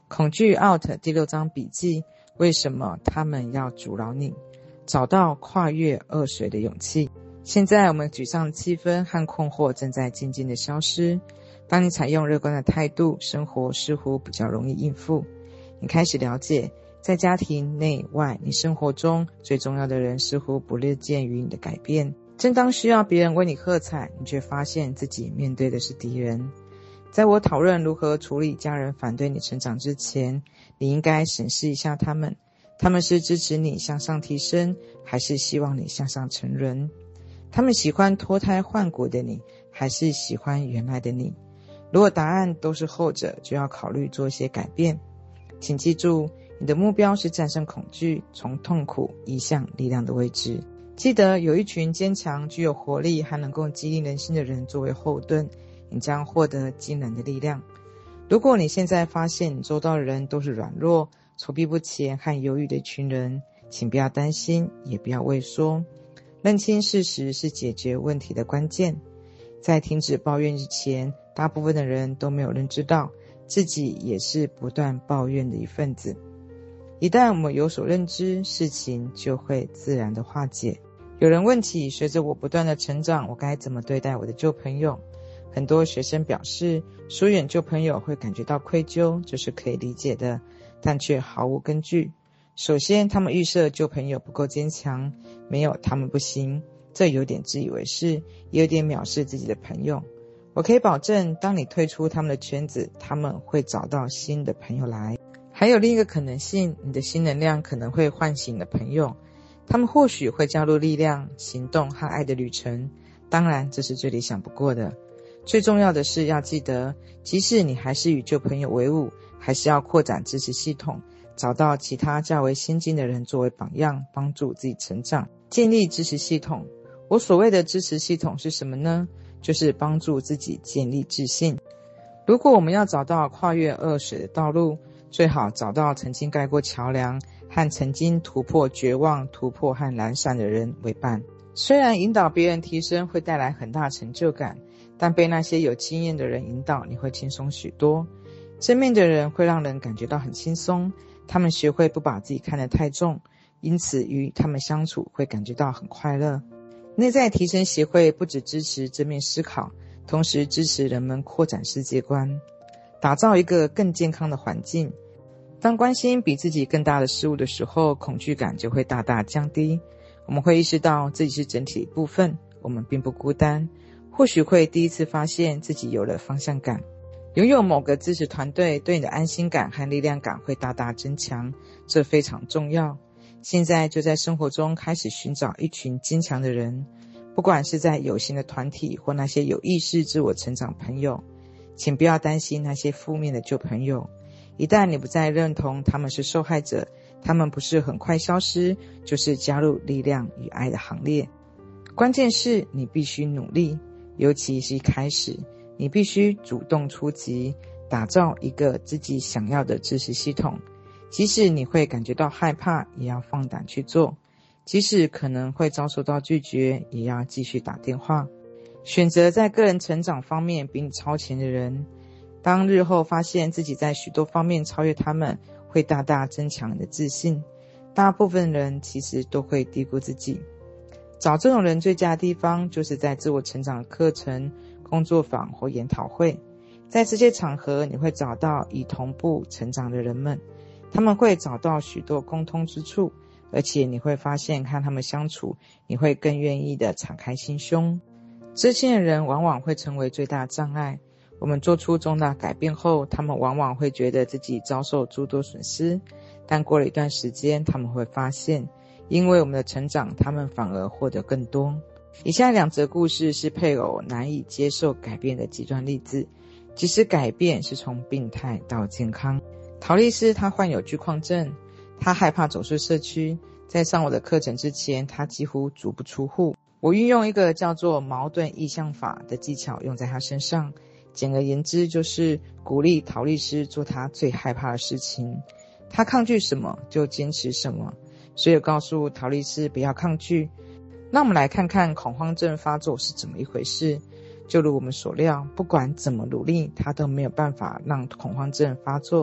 恐惧 out 第6章笔记，为什么他们要阻挠你？找到跨越恶水的勇气。现在我们沮丧的气氛和困惑正在渐渐的消失。当你采用乐观的态度，生活似乎比较容易应付。你开始了解，在家庭内外，你生活中最重要的人似乎不乐见于你的改变。正当需要别人为你喝彩，你却发现自己面对的是敌人。在我讨论如何处理家人反对你成长之前，你应该审视一下他们是支持你向上提升，还是希望你向上沉沦？他们喜欢脱胎换骨的你，还是喜欢原来的你？如果答案都是后者，就要考虑做一些改变。请记住，你的目标是战胜恐惧，从痛苦移向力量的位置。记得有一群坚强、具有活力还能够激励人心的人作为后盾，你将获得惊人的力量。如果你现在发现你周遭的人都是软弱、筹臂不前和犹豫的一群人，请不要担心，也不要畏缩。认清事实是解决问题的关键。在停止抱怨之前，大部分的人都没有认知到自己也是不断抱怨的一份子。一旦我们有所认知，事情就会自然的化解。有人问起，随着我不断的成长，我该怎么对待我的旧朋友？很多学生表示，疏远旧朋友会感觉到愧疚，这是可以理解的，但却毫无根据。首先，他们预设旧朋友不够坚强，没有他们不行，这有点自以为是，也有点藐视自己的朋友。我可以保证，当你退出他们的圈子，他们会找到新的朋友来。还有另一个可能性，你的新能量可能会唤醒你的朋友，他们或许会加入力量、行动和爱的旅程，当然这是最理想不过的。最重要的是要记得，即使你还是与旧朋友为伍，还是要扩展支持系统，找到其他较为先进的人作为榜样，帮助自己成长。建立支持系统，我所谓的支持系统是什么呢？就是帮助自己建立自信。如果我们要找到跨越恶水的道路，最好找到曾经盖过桥梁和曾经突破绝望、突破和懒散的人为伴。虽然引导别人提升会带来很大成就感，但被那些有经验的人引导，你会轻松许多。正面的人会让人感觉到很轻松，他们学会不把自己看得太重，因此与他们相处会感觉到很快乐。内在提升协会不只支持正面思考，同时支持人们扩展世界观，打造一个更健康的环境。当关心比自己更大的事物的时候，恐惧感就会大大降低。我们会意识到自己是整体的一部分，我们并不孤单，或许会第一次发现自己有了方向感。拥有某个支持团队，对你的安心感和力量感会大大增强，这非常重要。现在就在生活中开始寻找一群坚强的人，不管是在有形的团体或那些有意识自我成长朋友。请不要担心那些负面的旧朋友，一旦你不再认同他们是受害者，他们不是很快消失，就是加入力量与爱的行列。关键是你必须努力，尤其是一开始，你必须主动出击，打造一个自己想要的支持系统。即使你会感觉到害怕，也要放胆去做。即使可能会遭受到拒绝，也要继续打电话。选择在个人成长方面比你超前的人，当日后发现自己在许多方面超越他们，会大大增强你的自信。大部分人其实都会低估自己。找这种人最佳的地方，就是在自我成长的课程、工作坊或研讨会。在这些场合，你会找到以同步成长的人们，他们会找到许多共通之处，而且你会发现和他们相处，你会更愿意地敞开心胸。知心的人往往会成为最大障碍。我们做出重大改变后，他们往往会觉得自己遭受诸多损失，但过了一段时间，他们会发现，因为我们的成长，他们反而获得更多。以下2则故事是配偶难以接受改变的极端例子，即使改变是从病态到健康。陶丽丝她患有巨矿症，她害怕走出社区，在上我的课程之前，她几乎足不出户。我运用一个叫做矛盾意象法的技巧用在她身上，简而言之就是鼓励陶丽丝做她最害怕的事情，她抗拒什么就坚持什么。所以我告诉陶丽丝不要抗拒。那我们来看看恐慌症发作是怎么一回事。就如我们所料，不管怎么努力，她都没有办法让恐慌症发作。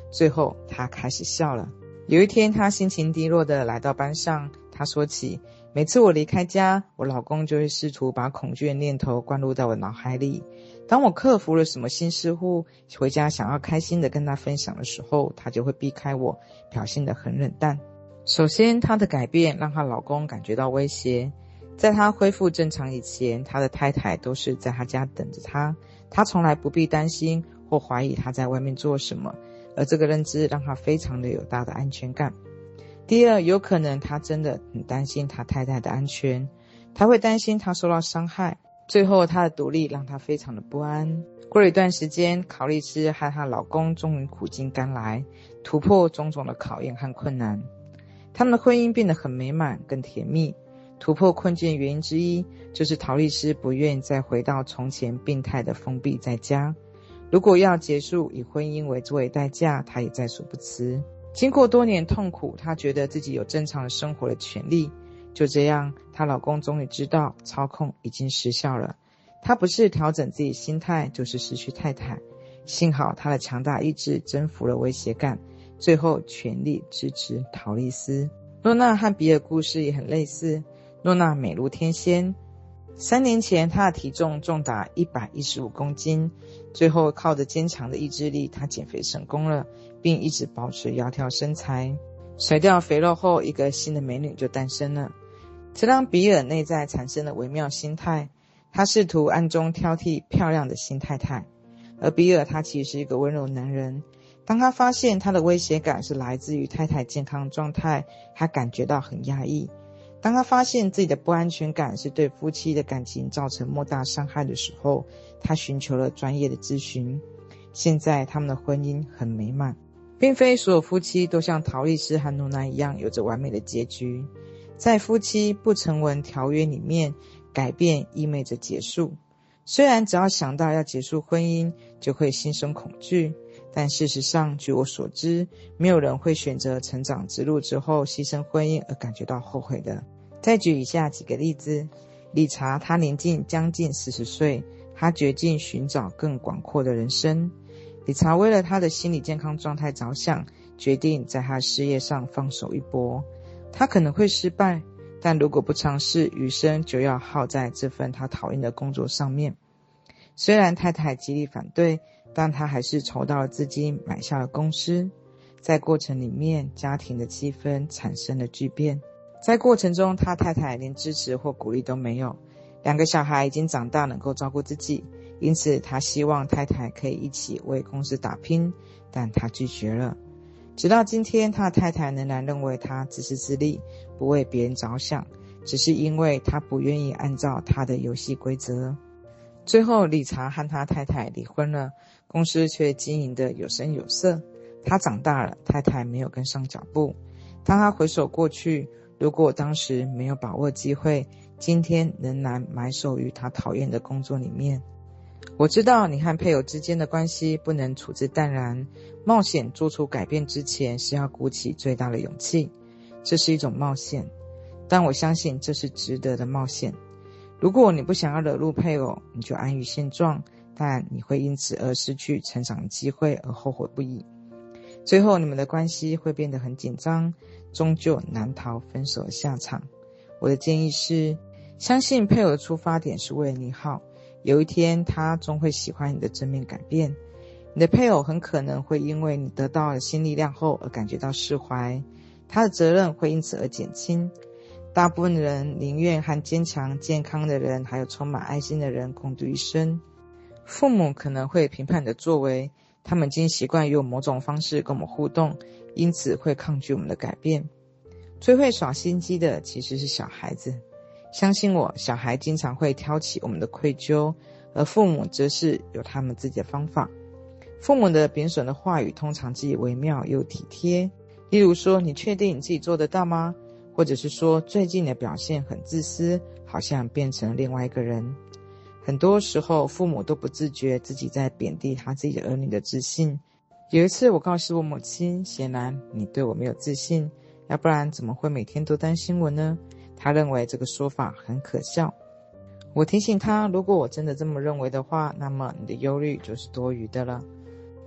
最后他开始笑了。有一天，他心情低落地来到班上，他说起，每次我离开家，我老公就会试图把恐惧的念头灌入到我脑海里。当我克服了什么新事物，回家想要开心地跟他分享的时候，他就会避开我，表现得很冷淡。首先，她的改变让她老公感觉到威胁。在她恢复正常以前，她的太太都是在她家等着她，她从来不必担心或怀疑她在外面做什么，而这个认知让她非常的有大的安全感。第二，有可能她真的很担心她太太的安全，她会担心她受到伤害。最后，她的独立让她非常的不安。过了一段时间，考利斯和她老公终于苦尽甘来，突破种种的考验和困难。他们的婚姻变得很美满，更甜蜜。突破困境的原因之一，就是陶丽丝不愿再回到从前病态的封闭在家。如果要结束，以婚姻作为代价，她也在所不辞。经过多年痛苦，她觉得自己有正常的生活的权利。就这样，她老公终于知道操控已经失效了。他不是调整自己心态，就是失去太太。幸好他的强大意志征服了威胁感，最后全力支持陶丽丝。诺娜和比尔故事也很类似。诺娜美如天仙，3年前她的体重重达115公斤，最后靠着坚强的意志力，她减肥成功了，并一直保持窈窕身材。甩掉肥肉后，一个新的美女就诞生了。这让比尔内在产生了微妙心态，他试图暗中挑剔漂亮的新太太，而比尔他其实是一个温柔男人。当他发现他的威胁感是来自于太太健康状态，他感觉到很压抑。当他发现自己的不安全感是对夫妻的感情造成莫大伤害的时候，他寻求了专业的咨询。现在他们的婚姻很美满，并非所有夫妻都像陶丽丝和诺娜一样有着完美的结局。在夫妻不成文条约里面，改变意味着结束。虽然只要想到要结束婚姻就会心生恐惧，但事实上据我所知，没有人会选择成长之路之后牺牲婚姻而感觉到后悔的。再举以下几个例子。理查他年近将近40岁，他决定寻找更广阔的人生。理查为了他的心理健康状态着想，决定在他事业上放手一搏。他可能会失败，但如果不尝试，余生就要耗在这份他讨厌的工作上面。虽然太太极力反对，但他还是筹到了资金买下了公司。在过程里面，家庭的气氛产生了巨变。在过程中，他太太连支持或鼓励都没有。2个小孩已经长大，能够照顾自己，因此他希望太太可以一起为公司打拼，但他拒绝了。直到今天，他的太太仍然认为他自私自利，不为别人着想，只是因为他不愿意按照他的游戏规则。最后，理查和他太太离婚了，公司却经营得有声有色。他长大了，太太没有跟上脚步。当他回首过去，如果当时没有把握机会，今天仍然埋首于他讨厌的工作里面。我知道你和配偶之间的关系不能处之淡然，冒险做出改变之前是要鼓起最大的勇气，这是一种冒险，但我相信这是值得的冒险。如果你不想要惹怒配偶，你就安于现状，但你会因此而失去成长的机会而后悔不已。最后你们的关系会变得很紧张，终究难逃分手的下场。我的建议是，相信配偶的出发点是为了你好，有一天他终会喜欢你的正面改变。你的配偶很可能会因为你得到了新力量后而感觉到释怀，他的责任会因此而减轻。大部分的人宁愿和坚强健康的人还有充满爱心的人共度一生。父母可能会评判你的作为，他们已经习惯用某种方式跟我们互动，因此会抗拒我们的改变。最会耍心机的其实是小孩子，相信我，小孩经常会挑起我们的愧疚，而父母则是有他们自己的方法。父母的贬损的话语通常既微妙又体贴，例如说，你确定你自己做得到吗？或者是说，最近的表现很自私，好像变成另外一个人。很多时候父母都不自觉自己在贬低他自己的儿女的自信。有一次我告诉我母亲，显然你对我没有自信，要不然怎么会每天都担心我呢？她认为这个说法很可笑。我提醒她，如果我真的这么认为的话，那么你的忧虑就是多余的了。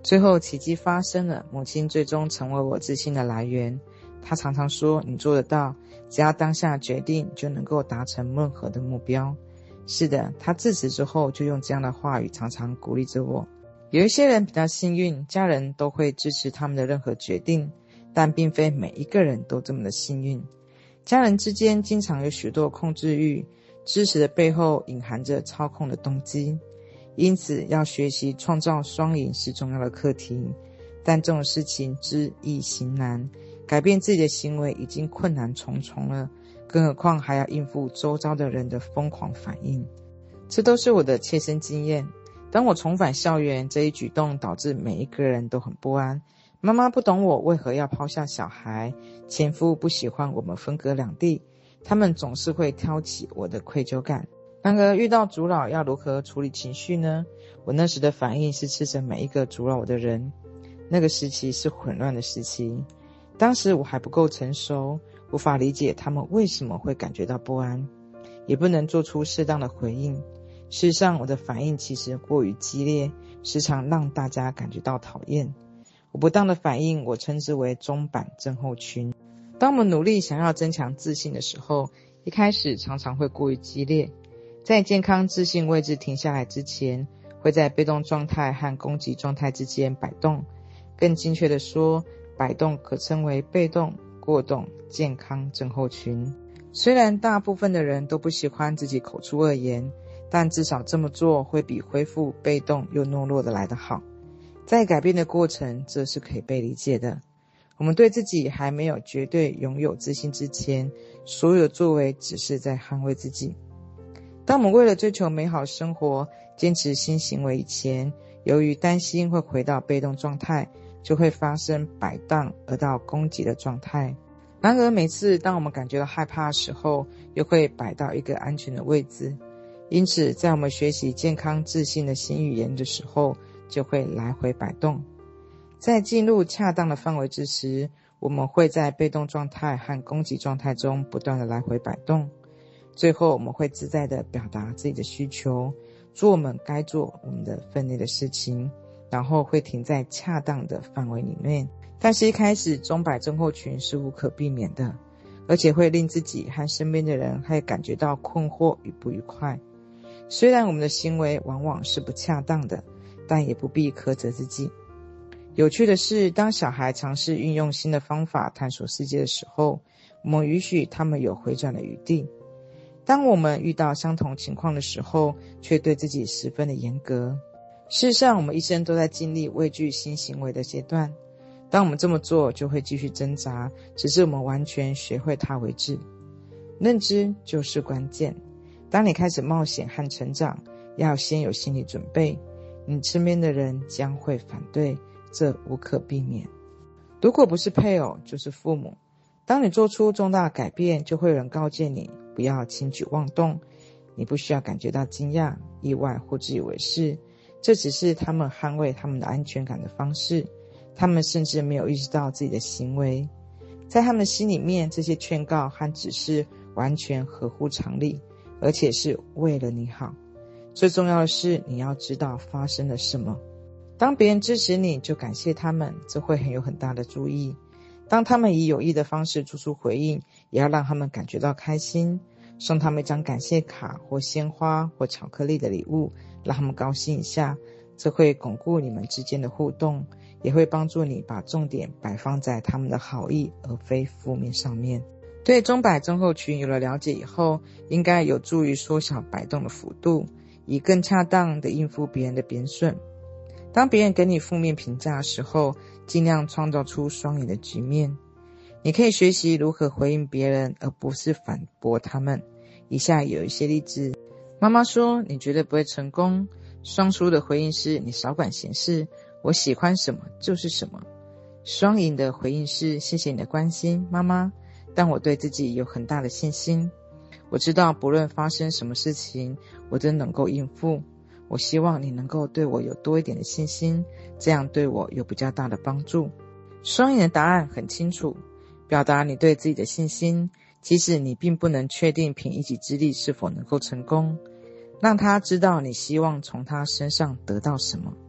最后奇迹发生了，母亲最终成为我自信的来源。她常常说，你做得到，只要当下决定就能够达成任何的目标。是的，她自此之后就用这样的话语常常鼓励着我。有一些人比较幸运，家人都会支持他们的任何决定，但并非每一个人都这么的幸运。家人之间经常有许多控制欲，支持的背后隐含着操控的动机。因此要学习创造双赢是重要的课题，但这种事情知易行难，改变自己的行为已经困难重重了，更何况还要应付周遭的人的疯狂反应。这都是我的切身经验。当我重返校园，这一举动导致每一个人都很不安。妈妈不懂我为何要抛下小孩，前夫不喜欢我们分隔两地，他们总是会挑起我的愧疚感。然而遇到阻扰要如何处理情绪呢？我那时的反应是斥责每一个阻扰我的人。那个时期是混乱的时期，当时我还不够成熟，无法理解他们为什么会感觉到不安，也不能做出适当的回应。事实上，我的反应其实过于激烈，时常让大家感觉到讨厌。我不当的反应，我称之为钟摆症候群。当我们努力想要增强自信的时候，一开始常常会过于激烈。在健康自信位置停下来之前，会在被动状态和攻击状态之间摆动。更精确的说，摆动可称为被动、过动、健康症候群。虽然大部分的人都不喜欢自己口出恶言，但至少这么做会比恢复被动又懦弱的来得好。在改变的过程，这是可以被理解的。我们对自己还没有绝对拥有自信之前，所有的作为只是在捍卫自己。当我们为了追求美好生活，坚持新行为以前，由于担心会回到被动状态，就会发生摆荡而到攻击的状态。然而每次当我们感觉到害怕的时候，又会摆到一个安全的位置。因此在我们学习健康自信的新语言的时候，就会来回摆动。在进入恰当的范围之时，我们会在被动状态和攻击状态中不断的来回摆动。最后我们会自在地表达自己的需求，做我们该做我们的分内的事情，然后会停在恰当的范围里面。但是一开始钟摆症候群是无可避免的，而且会令自己和身边的人还感觉到困惑与不愉快。虽然我们的行为往往是不恰当的，但也不必苛责自己。有趣的是，当小孩尝试运用新的方法探索世界的时候，我们允许他们有回转的余地。当我们遇到相同情况的时候，却对自己十分的严格。事实上，我们一生都在经历畏惧新行为的阶段。当我们这么做，就会继续挣扎，直至我们完全学会它为止。认知就是关键。当你开始冒险和成长，要先有心理准备，你身边的人将会反对，这无可避免。如果不是配偶，就是父母。当你做出重大改变，就会有人告诫你不要轻举妄动。你不需要感觉到惊讶、意外或自以为是，这只是他们捍卫他们的安全感的方式。他们甚至没有意识到自己的行为。在他们的心里面，这些劝告和指示完全合乎常理，而且是为了你好。最重要的是，你要知道发生了什么。当别人支持你，就感谢他们，这会有很大的注意。当他们以有益的方式做出回应，也要让他们感觉到开心，送他们一张感谢卡或鲜花或巧克力的礼物，让他们高兴一下。这会巩固你们之间的互动，也会帮助你把重点摆放在他们的好意而非负面上面。对钟摆症候群有了了解以后，应该有助于缩小摆动的幅度，以更恰当地应付别人的贬损。当别人给你负面评价的时候，尽量创造出双赢的局面。你可以学习如何回应别人，而不是反驳他们。以下有一些例子。妈妈说你绝对不会成功，双输的回应是你少管闲事，我喜欢什么就是什么。双赢的回应是谢谢你的关心，妈妈，但我对自己有很大的信心。我知道不论发生什么事情，我都能够应付。我希望你能够对我有多一点的信心，这样对我有比较大的帮助。双赢的答案很清楚，表达你对自己的信心，即使你并不能确定凭一己之力是否能够成功，让他知道你希望从他身上得到什么。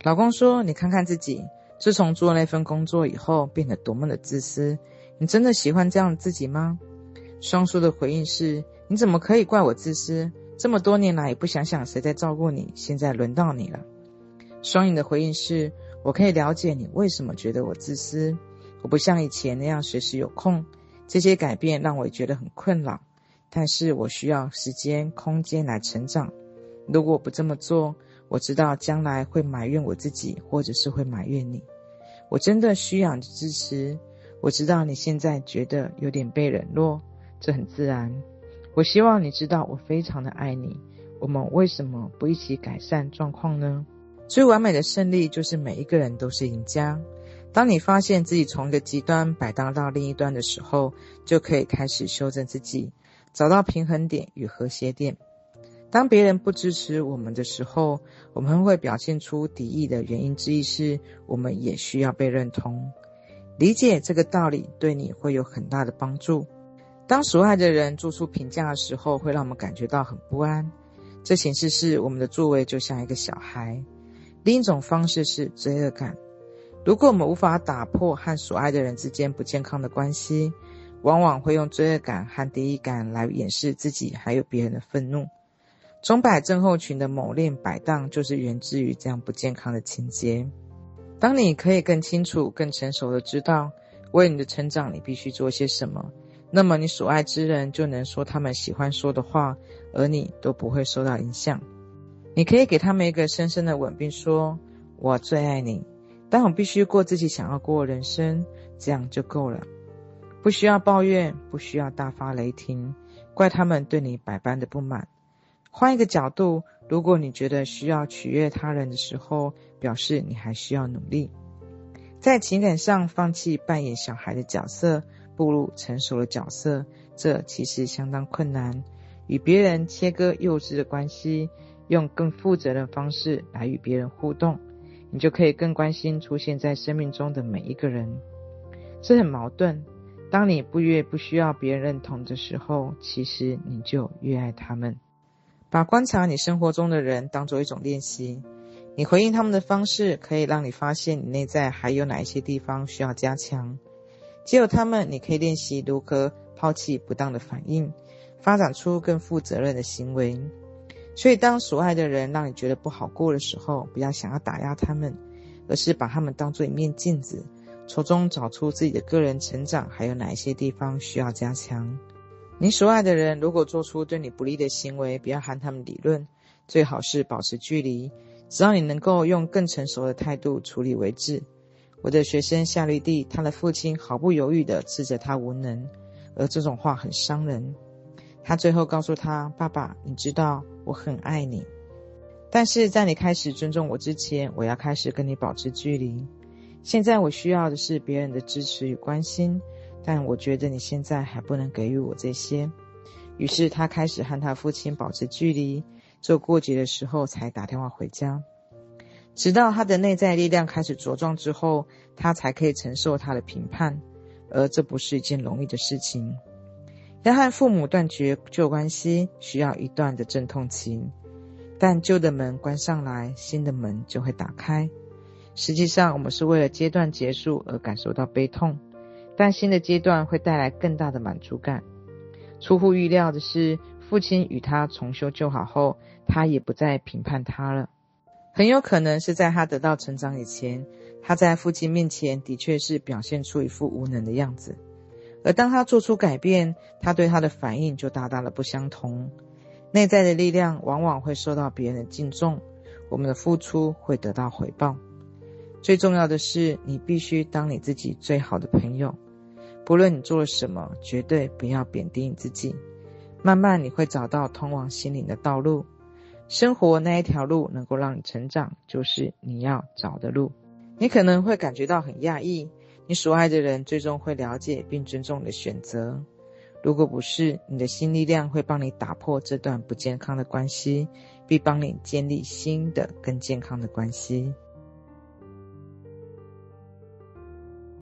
老公说，你看看自己，自从做那份工作以后，变得多么的自私，你真的喜欢这样的自己吗？双叔的回应是，你怎么可以怪我自私？这么多年来也不想想谁在照顾你，现在轮到你了。双影的回应是，我可以了解你为什么觉得我自私，我不像以前那样随时有空，这些改变让我觉得很困扰，但是我需要时间空间来成长。如果不这么做，我知道将来会埋怨我自己，或者是会埋怨你。我真的需要你的支持，我知道你现在觉得有点被冷落，这很自然。我希望你知道我非常的爱你，我们为什么不一起改善状况呢？最完美的胜利就是每一个人都是赢家。当你发现自己从一个极端摆荡到另一端的时候，就可以开始修正自己，找到平衡点与和谐点。当别人不支持我们的时候，我们会表现出敌意的原因之一是，我们也需要被认同。理解这个道理对你会有很大的帮助。当所爱的人做出评价的时候，会让我们感觉到很不安，这显示是我们的作为就像一个小孩。另一种方式是罪恶感。如果我们无法打破和所爱的人之间不健康的关系，往往会用罪恶感和敌意感来掩饰自己还有别人的愤怒。钟摆症候群的猛烈摆荡就是源自于这样不健康的情节。当你可以更清楚更成熟的知道为你的成长你必须做些什么，那么你所爱之人就能说他们喜欢说的话，而你都不会受到影响。你可以给他们一个深深的吻，并说，我最爱你，但我必须过自己想要过的人生，这样就够了。不需要抱怨，不需要大发雷霆，怪他们对你百般的不满。换一个角度，如果你觉得需要取悦他人的时候，表示你还需要努力。在情感上放弃扮演小孩的角色，步入成熟的角色，这其实相当困难。与别人切割幼稚的关系，用更负责任的方式来与别人互动，你就可以更关心出现在生命中的每一个人。这很矛盾，当你越不需要别人认同的时候，其实你就越爱他们。把观察你生活中的人当作一种练习，你回应他们的方式可以让你发现你内在还有哪一些地方需要加强。藉由他们，你可以练习如何抛弃不当的反应，发展出更负责任的行为。所以当所爱的人让你觉得不好过的时候，不要想要打压他们，而是把他们当作一面镜子，从中找出自己的个人成长还有哪一些地方需要加强。你所爱的人如果做出对你不利的行为，不要和他们理论，最好是保持距离，只要你能够用更成熟的态度处理为止。我的学生夏绿蒂，他的父亲毫不犹豫地斥责他无能，而这种话很伤人。他最后告诉他，爸爸，你知道我很爱你，但是在你开始尊重我之前，我要开始跟你保持距离。现在我需要的是别人的支持与关心，但我觉得你现在还不能给予我这些。于是他开始和他父亲保持距离，只有过节的时候才打电话回家。直到他的内在力量开始茁壮之后，他才可以承受他的评判，而这不是一件容易的事情。要和父母断绝旧关系，需要一段的阵痛期，但旧的门关上来，新的门就会打开。实际上我们是为了阶段结束而感受到悲痛，但新的阶段会带来更大的满足感。出乎预料的是，父亲与他重修旧好后，他也不再评判他了。很有可能是在他得到成长以前，他在父亲面前的确是表现出一副无能的样子，而当他做出改变，他对他的反应就大大的不相同。内在的力量往往会受到别人的敬重，我们的付出会得到回报。最重要的是，你必须当你自己最好的朋友，不论你做了什么，绝对不要贬低你自己。慢慢你会找到通往心灵的道路，生活那一条路能够让你成长，就是你要找的路。你可能会感觉到很讶异，你所爱的人最终会了解并尊重你的选择。如果不是，你的新力量会帮你打破这段不健康的关系，并帮你建立新的更健康的关系。